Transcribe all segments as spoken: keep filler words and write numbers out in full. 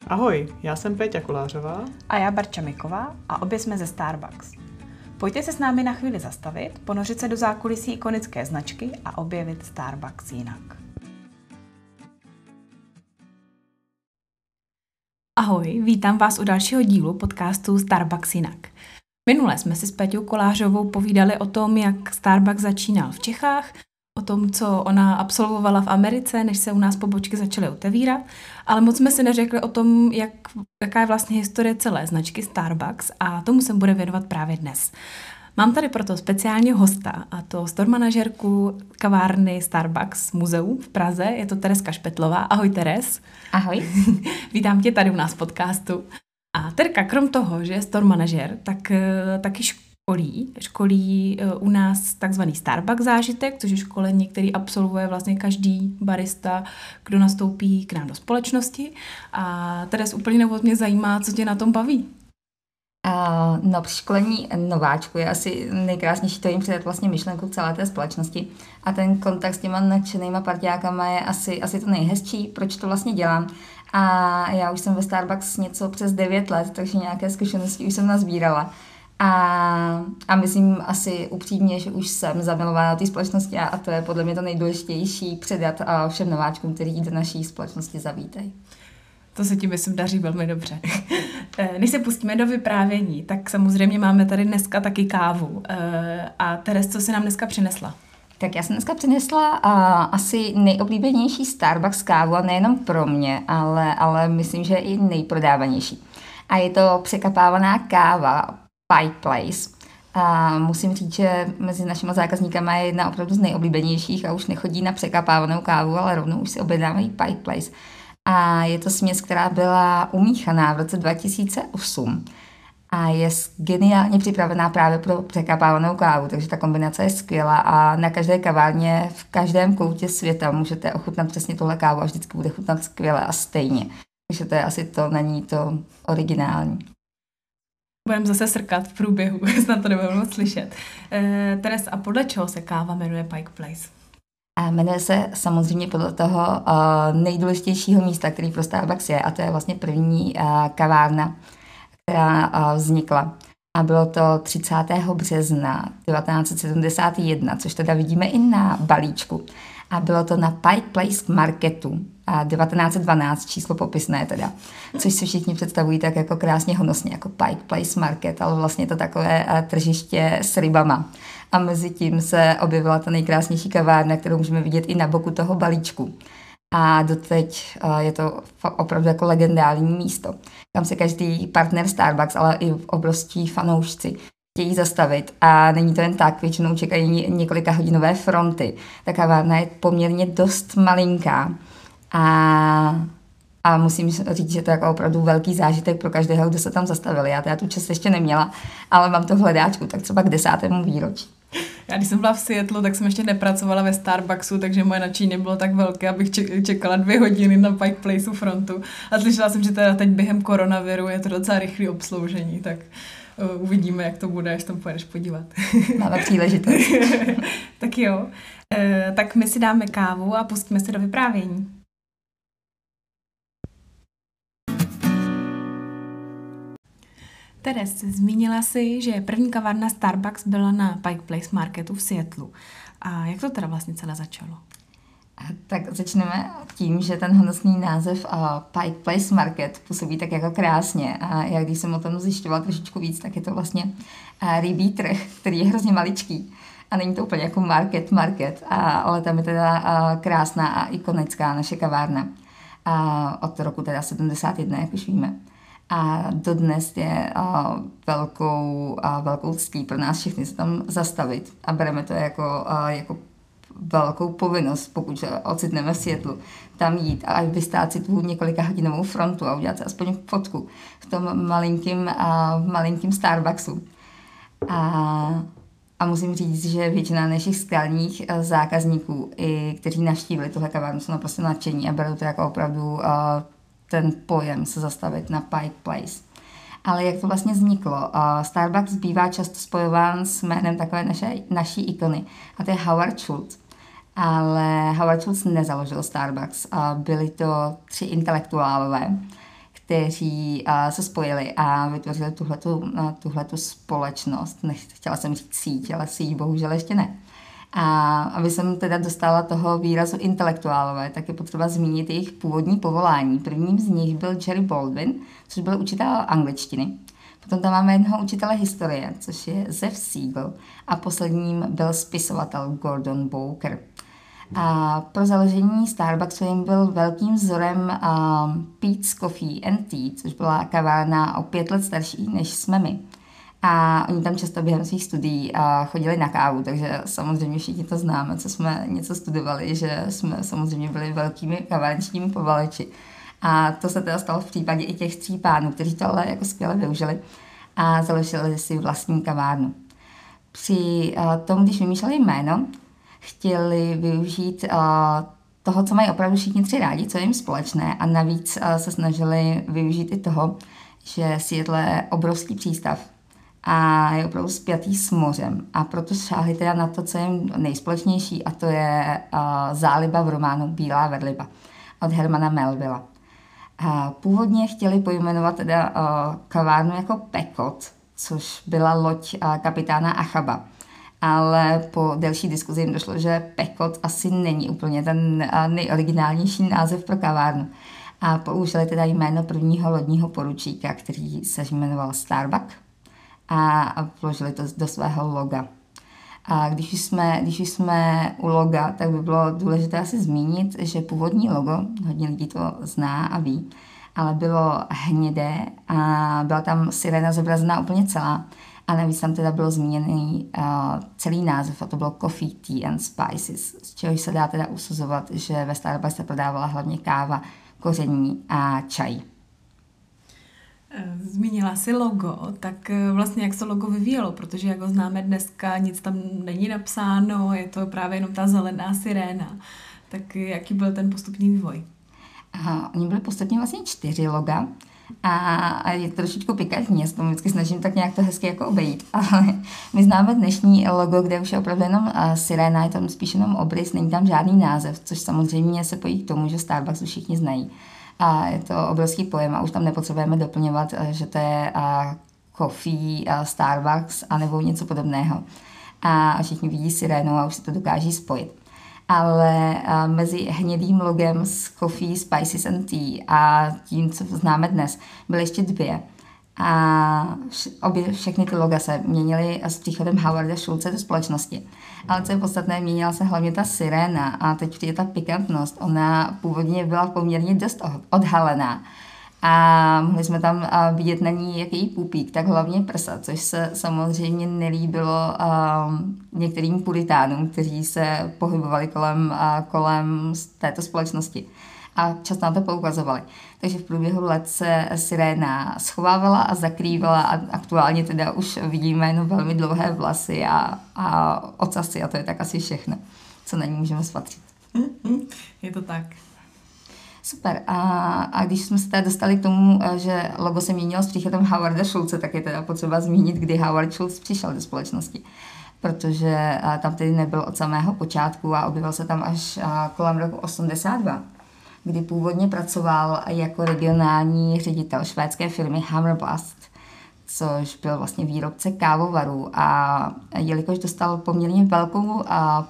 Ahoj, já jsem Péťa Kolářová. A já Barča Miková a obě jsme ze Starbucks. Pojďte se s námi na chvíli zastavit, ponořit se do zákulisí ikonické značky a objevit Starbucks jinak. Ahoj, vítám vás u dalšího dílu podcastu Starbucks jinak. Minule jsme si s Péťou Kolářovou povídali o tom, jak Starbucks začínal v Čechách, o tom, co ona absolvovala v Americe, než se u nás pobočky začaly otevírat, ale moc jsme si neřekli o tom, jak, jaká je vlastně historie celé značky Starbucks a tomu se bude věnovat právě dnes. Mám tady proto speciálně hosta, a to store manažerku kavárny Starbucks Muzeu v Praze, je to Tereska Špetlová. Ahoj Teres. Ahoj. Vítám tě tady u nás v podcastu. A Terka, krom toho, že je store manažer, tak taky školí, školí u nás takzvaný Starbucks zážitek, což je školení, který absolvuje vlastně každý barista, kdo nastoupí k nám do společnosti. A Teres, úplně nebo mě zajímá, co tě na tom baví. Uh, no, při školení nováčku je asi nejkrásnější to jim předat vlastně myšlenku celé té společnosti a ten kontakt s těma nadšenýma partiákama je asi, asi to nejhezčí, proč to vlastně dělám. A já už jsem ve Starbucks něco přes devět let, takže nějaké zkušenosti už jsem nazbírala. A, a myslím asi upřímně, že už jsem zamilovaná do té společnosti a, a to je podle mě to nejdůležitější předat a všem nováčkům, kteří do naší společnosti zavítají. To se ti, myslím, daří velmi dobře. Než se pustíme do vyprávění, tak samozřejmě máme tady dneska taky kávu. A Teres, co jsi nám dneska přinesla? Tak já jsem dneska přinesla uh, asi nejoblíbenější Starbucks kávu, a nejenom pro mě, ale, ale myslím, že i nejprodávanější. A je to překapávaná káva Pike Place. A musím říct, že mezi našimi zákazníkama je jedna opravdu z nejoblíbenějších a už nechodí na překapávanou kávu, ale rovnou už si objednávají Pike Place. A je to směs, která byla umíchaná v roce dva tisíce osm a je geniálně připravená právě pro překapávanou kávu, takže ta kombinace je skvělá a na každé kavárně v každém koutě světa můžete ochutnat přesně tohle kávu a vždycky bude chutnat skvěle a stejně. Takže to je asi to, není to originální. Budeme zase srkat v průběhu, snad to nebudeme moc slyšet. E, Teres, a podle čeho se káva jmenuje Pike Place? A jmenuje se samozřejmě podle toho uh, nejdůležitějšího místa, který pro Starbucks je, a to je vlastně první uh, kavárna, která uh, vznikla. A bylo to třicátého března devatenáct set sedmdesát jedna, což teda vidíme i na balíčku. A bylo to na Pike Place Marketu a devatenáct set dvanáct, číslo popisné teda, což si všichni představují tak jako krásně honosně, jako Pike Place Market, ale vlastně je to takové uh, tržiště s rybama. A mezi tím se objevila ta nejkrásnější kavárna, kterou můžeme vidět i na boku toho balíčku. A doteď uh, je to opravdu jako legendární místo, kam se každý partner Starbucks, ale i obrovští fanoušci chtějí zastavit. A není to jen tak, většinou čekají několika hodinové fronty. Ta kavárna je poměrně dost malinká. A, a musím říct, že to je jako opravdu velký zážitek pro každého, kdo se tam zastavil. Já teda tu čest ještě neměla, ale mám to v hledáčku, tak třeba k desátému výročí. Já když jsem byla v Seattlu, tak jsem ještě nepracovala ve Starbucksu, takže moje nadšení nebylo tak velké, abych čekala dvě hodiny na Pike Placeu frontu. A slyšela jsem, že teda teď během koronaviru je to docela rychlé obsloužení, tak uh, uvidíme, jak to bude, až tam pojedeš podívat. Máme příležitost. Tak jo, uh, tak my si dáme kávu a pustíme se do vyprávění. Teres, zmínila si, že první kavárna Starbucks byla na Pike Place Marketu v Seattlu. A jak to teda vlastně celé začalo? Tak začneme tím, že ten honosný název uh, Pike Place Market působí tak jako krásně. A já když jsem o tom zjišťovala trošičku víc, tak je to vlastně uh, rybí trh, který je hrozně maličký. A není to úplně jako market, market, a, ale tam je teda uh, krásná a ikonická naše kavárna. Uh, od roku teda sedmdesát jedna, jak už víme. A dodnes je uh, velkou, uh, velkou ctí pro nás všechny se tam zastavit a bereme to jako, uh, jako velkou povinnost, pokud se ocitneme v Seattlu, tam jít a vystát si tu několika hodinovou frontu a udělat si aspoň fotku v tom malinkým, uh, malinkým Starbucksu. A, a musím říct, že většina našich skalních uh, zákazníků, i kteří navštívili tuhle kavárnu, jsou naprosto nadšení a berou to jako opravdu uh, ten pojem se zastavit na Pike Place. Ale jak to vlastně vzniklo? Starbucks bývá často spojován s jménem takové naše, naší ikony, a to je Howard Schultz. Ale Howard Schultz nezaložil Starbucks. Byli to tři intelektuálové, kteří uh, se spojili a vytvořili tuhletu, uh, tuhletu společnost. Nechtěla jsem říct síť, ale síť bohužel ještě ne. A aby jsem teda dostala toho výrazu intelektuálové, tak je potřeba zmínit jejich původní povolání. Prvním z nich byl Jerry Baldwin, což byl učitel angličtiny. Potom tam máme jednoho učitele historie, což je Zev Siegel. A posledním byl spisovatel Gordon Booker. A pro založení Starbucksu jim byl velkým vzorem um, Peet's Coffee and Tea, což byla kavárna o pět let starší, než jsme my. A oni tam často během svých studií uh, chodili na kávu, takže samozřejmě všichni to známe, co jsme něco studovali, že jsme samozřejmě byli velkými kavárničními povaleči. A to se teda stalo v případě i těch tří pánů, kteří to ale jako skvěle využili a založili si vlastní kavárnu. Při uh, tom, když vymýšleli jméno, chtěli využít uh, toho, co mají opravdu všichni tři rádi, co je jim společné, a navíc uh, se snažili využít i toho, že Seattle je obrovský přístav a je opravdu spjatý s mořem. A proto šáhli teda na to, co je jim nejspolečnější, a to je uh, záliba v románu Bílá velryba od Hermana Melvilla. Uh, původně chtěli pojmenovat teda uh, kavárnu jako Pekot, což byla loď uh, kapitána Achaba. Ale po delší diskuzi jim došlo, že Pekot asi není úplně ten nejoriginálnější název pro kavárnu. A použili teda jméno prvního lodního poručíka, který se jmenoval Starbuck, a vložili to do svého loga. A když už jsme, když už jsme u loga, tak by bylo důležité asi zmínit, že původní logo, hodně lidí to zná a ví, ale bylo hnědé a byla tam sirena zobrazená úplně celá. A navíc tam teda byl zmíněný uh, celý název, a to bylo Coffee, Tea and Spices, z čehož se dá teda usuzovat, že ve Starbucks se prodávala hlavně káva, koření a čaj. Zmínila si logo, tak vlastně jak se logo vyvíjelo, protože jak ho známe dneska, nic tam není napsáno, je to právě jenom ta zelená siréna. Tak jaký byl ten postupný vývoj? Aha, oni byli postupně vlastně čtyři loga. A je to trošičku pikantní, já se tomu vždycky snažím tak nějak to hezky jako obejít. Ale my známe dnešní logo, kde už je opravdu jenom siréna, je tam spíš jenom obrys, není tam žádný název, což samozřejmě se pojí k tomu, že Starbucks už všichni znají. A je to obrovský pojem a už tam nepotřebujeme doplňovat, že to je coffee, Starbucks a nebo něco podobného. A všichni vidí sirénu a už si to dokáží spojit. Ale mezi hnědým logem s Coffee, Spices and Tea a tím, co známe dnes, byly ještě dvě. A obě, všechny ty loga se měnily s příchodem Howarda Schulze do společnosti. Ale co je podstatné, měnila se hlavně ta siréna a teď je ta pikantnost. Ona původně byla poměrně dost odhalená. A mohli jsme tam vidět na ní jak její pupík, tak hlavně prsa, což se samozřejmě nelíbilo um, některým puritánům, kteří se pohybovali kolem, uh, kolem této společnosti. A často na to poukazovali. Takže v průběhu let se siréna schovávala a zakrývala a aktuálně teda už vidíme jenom velmi dlouhé vlasy a, a ocasy a to je tak asi všechno, co na ní můžeme spatřit. Je to tak. Super. A, a když jsme se teda dostali k tomu, že logo se měnilo s příchodem Howarda Schulze, tak je teda potřeba zmínit, kdy Howard Schulze přišel do společnosti. Protože tam tedy nebyl od samého počátku a objevil se tam až kolem roku osmdesát dva, kdy původně pracoval jako regionální ředitel švédské firmy Hammerblast, což byl vlastně výrobce kávovarů. A jelikož dostal poměrně velkou a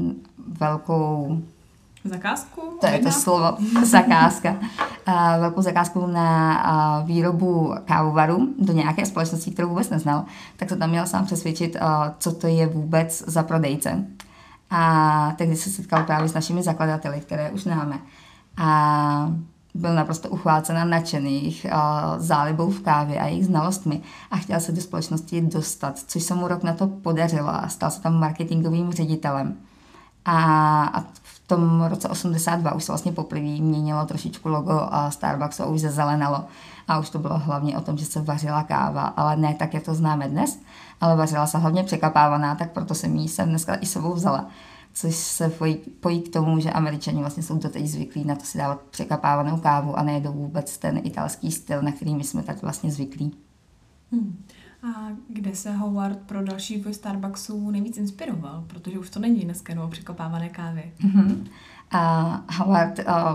velkou zakázku? To je to slovo, zakázka. Uh, velkou zakázku na uh, výrobu kávovaru do nějaké společnosti, kterou vůbec neznal, tak se tam měl sám přesvědčit, uh, co to je vůbec za prodejce. A tehdy se setkal právě s našimi zakladateli, které už známe. A byl naprosto uchvácen a nadšený jejich uh, zálibou v kávě a jejich znalostmi a chtěl se do společnosti dostat, což se mu rok na to podařilo a stal se tam marketingovým ředitelem. A, a v tom roce osmdesát dva už se vlastně poprvé měnilo trošičku logo a Starbucksu a už zezelenalo. A už to bylo hlavně o tom, že se vařila káva, ale ne tak, jak to známe dnes, ale vařila se hlavně překapávaná, tak proto jsem ji sem dneska i sebou vzala. Což se pojí, pojí k tomu, že Američani vlastně jsou doteď zvyklí na to si dávat překapávanou kávu a nejedou vůbec ten italský styl, na který my jsme tak vlastně zvyklí. Hmm. A kde se Howard pro další vývoj Starbucksu nejvíc inspiroval? Protože už to není dneska jenom o překopávané kávě. Mm-hmm. A Howard uh,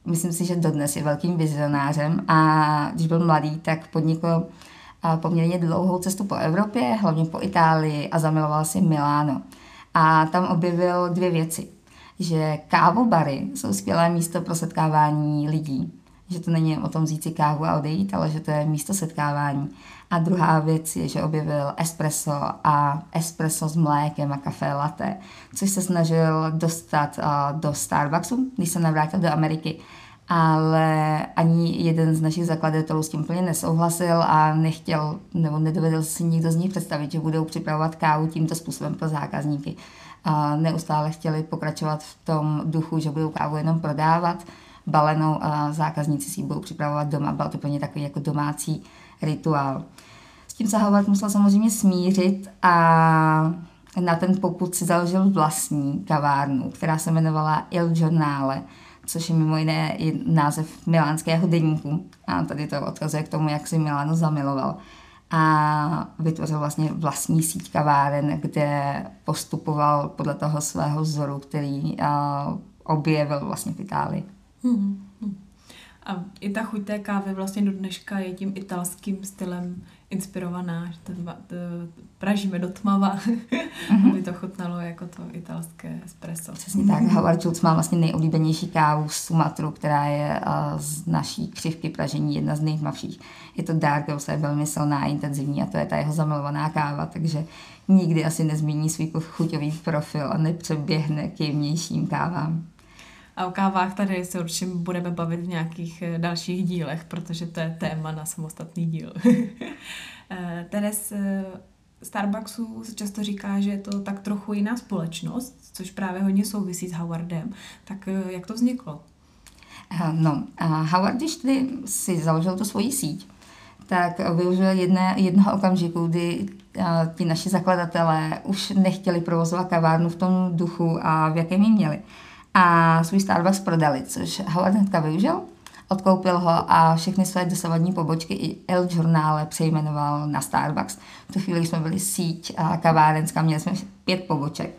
myslím si, že dodnes je velkým vizionářem a když byl mladý, tak podnikl poměrně dlouhou cestu po Evropě, hlavně po Itálii a zamiloval si Miláno. A tam objevil dvě věci, že kávobary jsou skvělé místo pro setkávání lidí, že to není o tom vzít si kávu a odejít, ale že to je místo setkávání. A druhá věc je, že objevil espresso a espresso s mlékem a kafé latte, což se snažil dostat uh, do Starbucksu, když se navrátil do Ameriky. Ale ani jeden z našich zakladatelů s tím plně nesouhlasil a nechtěl, nebo nedovedl si nikdo z nich představit, že budou připravovat kávu tímto způsobem pro zákazníky. A neustále chtěli pokračovat v tom duchu, že budou kávu jenom prodávat, balenou a zákazníci si ji budou připravovat doma. Byl to pro ně takový jako domácí rituál. S tím se Howard musel samozřejmě smířit a na ten popud si založil vlastní kavárnu, která se jmenovala Il Giornale, což je mimo jiné i název milánského deníku. A tady to odkazuje k tomu, jak si Miláno zamiloval. A vytvořil vlastně vlastní síť kaváren, kde postupoval podle toho svého vzoru, který uh, objevil vlastně v Itálii. Hmm. A i ta chuť té kávy vlastně do dneška je tím italským stylem inspirovaná, že to, to pražíme do tmava, mm-hmm. aby to chutnalo jako to italské espresso. Přesně tak. Howard Schultz má vlastně nejoblíbenější kávu z Sumatru, která je uh, z naší křivky pražení jedna z nejtmavších. Je to dark roast, je velmi silná a intenzivní a to je ta jeho zamilovaná káva, takže nikdy asi nezmění svůj chuťový profil a nepřeběhne k jemnějším kávám. A o kávách tady se určitě budeme bavit v nějakých dalších dílech, protože to je téma na samostatný díl. Teres, Starbucksu se často říká, že je to tak trochu jiná společnost, což právě hodně souvisí s Howardem. Tak jak to vzniklo? No, Howard, když tedy si založil tu svoji síť, tak využil jedné, jednoho okamžiku, kdy ti naši zakladatelé už nechtěli provozovat kavárnu v tom duchu a v jakém ji měli. A svůj Starbucks prodali, což Howard hnedka využil, odkoupil ho a všechny své dosavadní pobočky i Il Giornale přejmenoval na Starbucks. V tu chvíli jsme byli síť a kavárenská, měli jsme pět poboček.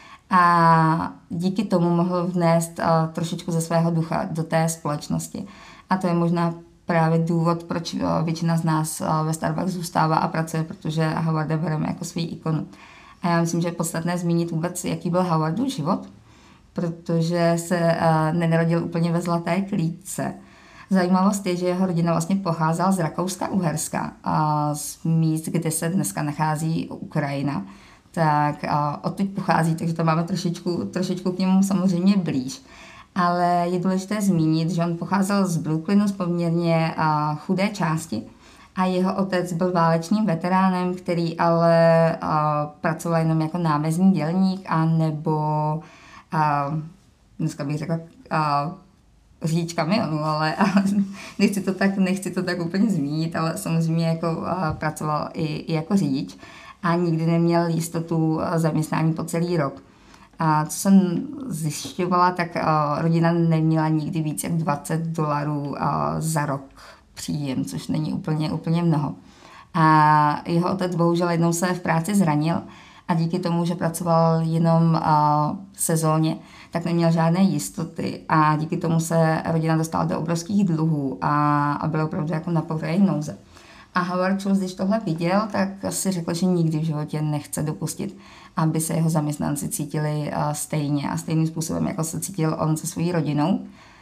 A díky tomu mohl vnést uh, trošičku ze svého ducha do té společnosti. A to je možná právě důvod, proč uh, většina z nás uh, ve Starbucks zůstává a pracuje, protože Howarda bereme jako svou ikonu. A já myslím, že je podstatné zmínit vůbec, jaký byl Howardův život, protože se uh, nenarodil úplně ve zlaté klíčce. Zajímavost je, že jeho rodina vlastně pocházela z Rakouska-Uherska, uh, z míst, kde se dneska nachází Ukrajina. Tak uh, odtud pochází, takže to máme trošičku, trošičku k němu samozřejmě blíž. Ale je důležité zmínit, že on pocházel z Brooklynu, z poměrně uh, chudé části a jeho otec byl válečným veteránem, který ale uh, pracoval jenom jako námezní dělník a nebo uh, dneska bych řekla uh, řidič kamionu, ale uh, nechci, to tak, nechci to tak úplně zmínit, ale samozřejmě jako uh, pracoval i, i jako řidič a nikdy neměl jistotu zaměstnání po celý rok. A co jsem zjišťovala, tak uh, rodina neměla nikdy víc jak dvacet dolarů uh, za rok příjem, což není úplně, úplně mnoho. A jeho otec bohužel jednou se v práci zranil a díky tomu, že pracoval jenom uh, sezóně, tak neměl žádné jistoty a díky tomu se rodina dostala do obrovských dluhů a, a byla opravdu jako na pokraji nouze. A Howard Schultz, když tohle viděl, tak si řekl, že nikdy v životě nechce dopustit, aby se jeho zaměstnanci cítili uh, stejně a stejným způsobem, jako se cítil on se svojí rodinou.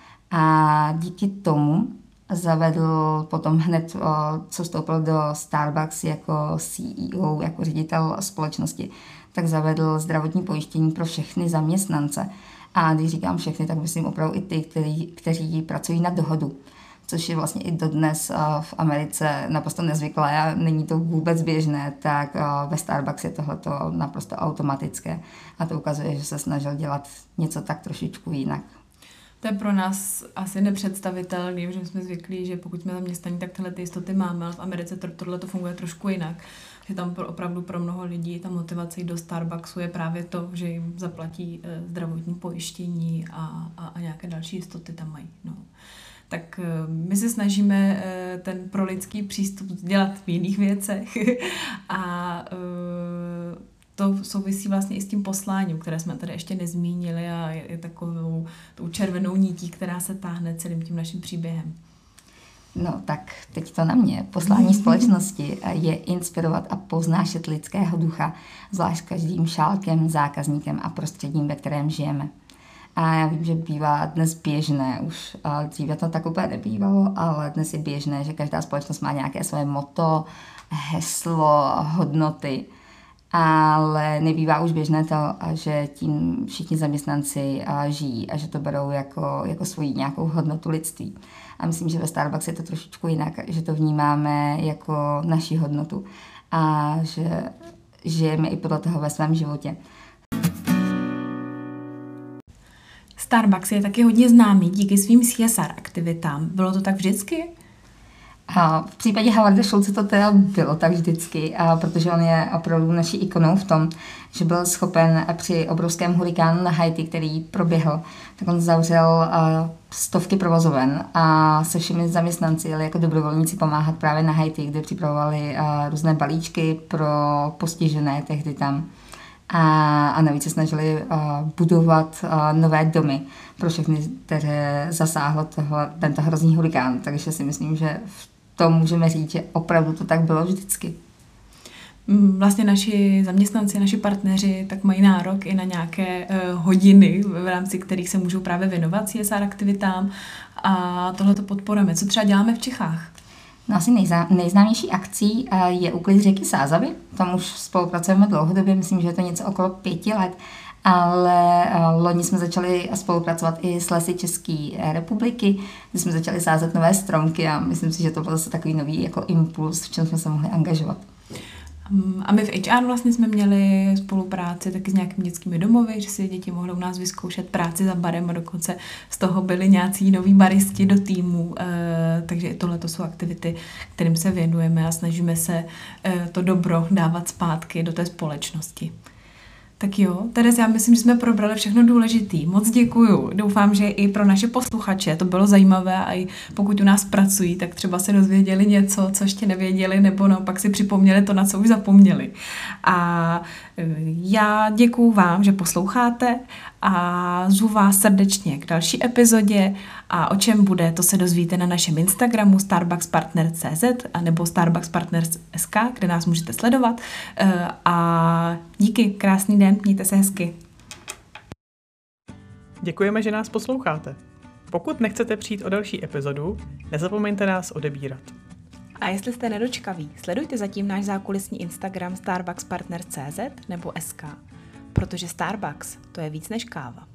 A díky tomu zavedl potom hned, uh, co vstoupil do Starbucks jako C E O, jako ředitel společnosti, tak zavedl zdravotní pojištění pro všechny zaměstnance. A když říkám všechny, tak myslím opravdu i ty, kteří, kteří pracují na dohodu, což je vlastně i dodnes v Americe naprosto nezvyklé a není to vůbec běžné, tak ve Starbucks je tohleto naprosto automatické a to ukazuje, že se snažil dělat něco tak trošičku jinak. To je pro nás asi nepředstavitelné, protože jsme zvyklí, že pokud jsme zaměstnaní, tak tyhle ty jistoty máme, ale v Americe to, tohle to funguje trošku jinak. Že tam pro, opravdu pro mnoho lidí ta motivace do Starbucksu je právě to, že jim zaplatí eh, zdravotní pojištění a, a, a nějaké další jistoty tam mají. No. Tak my se snažíme ten prolidský přístup dělat v jiných věcech a to souvisí vlastně i s tím posláním, které jsme tady ještě nezmínili a je, je takovou tou červenou nití, která se táhne celým tím naším příběhem. No tak teď to na mě. Poslání společnosti je inspirovat a poznášet lidského ducha, zvlášť každým šálkem, zákazníkem a prostředím, ve kterém žijeme. A já vím, že bývá dnes běžné, už dříve to tak úplně nebývalo, ale dnes je běžné, že každá společnost má nějaké své motto, heslo, hodnoty. Ale nebývá už běžné to, že tím všichni zaměstnanci žijí a že to berou jako, jako svoji nějakou hodnotu lidství. A myslím, že ve Starbucks je to trošičku jinak, že to vnímáme jako naši hodnotu a že žijeme i podle toho ve svém životě. Starbucks je taky hodně známý díky svým C S R aktivitám. Bylo to tak vždycky? A v případě Howarda Schultze to teda bylo tak vždycky, a protože on je opravdu naší ikonou v tom, že byl schopen při obrovském hurikánu na Haiti, který proběhl, tak on zavřel stovky provozoven a se všemi zaměstnanci jeli jako dobrovolníci pomáhat právě na Haiti, kde připravovali různé balíčky pro postižené tehdy tam. A, a navíc se snažili uh, budovat uh, nové domy pro všechny, které zasáhlo toho, tento hrozný hurikán. Takže si myslím, že v tom můžeme říct, že opravdu to tak bylo vždycky. Vlastně naši zaměstnanci, naši partneři tak mají nárok i na nějaké uh, hodiny, v rámci kterých se můžou právě věnovat C S R aktivitám a tohle to podporujeme. Co třeba děláme v Čechách? No asi nejzá, nejznámější akcí je úklid řeky Sázavy. Tam už spolupracujeme dlouhodobě, myslím, že je to něco okolo pěti let, ale loni jsme začali spolupracovat i s Lesy České republiky, kde jsme začali sázet nové stromky a myslím si, že to byl zase takový nový jako impuls, v čem jsme se mohli angažovat. A my v H R vlastně jsme měli spolupráci taky s nějakými dětskými domovy, že si děti mohly u nás vyzkoušet práci za barem a dokonce z toho byli nějací noví baristi do týmu, takže i tohle jsou aktivity, kterým se věnujeme a snažíme se to dobro dávat zpátky do té společnosti. Tak jo, Teres, já myslím, že jsme probrali všechno důležitý. Moc děkuju. Doufám, že i pro naše posluchače to bylo zajímavé a i pokud u nás pracují, tak třeba se dozvěděli něco, co ještě nevěděli, nebo naopak si připomněli to, na co už zapomněli. A já děkuju vám, že posloucháte a zvu vás srdečně k další epizodě a o čem bude, to se dozvíte na našem Instagramu starbucks partner tečka cé zet a nebo starbucks partners tečka es ká, kde nás můžete sledovat. A díky, krásný den, mějte se hezky. Děkujeme, že nás posloucháte. Pokud nechcete přijít o další epizodu, nezapomeňte nás odebírat. A jestli jste nedočkaví, sledujte zatím náš zákulisní Instagram starbucks partner tečka cé zet nebo es ká, protože Starbucks to je víc než káva.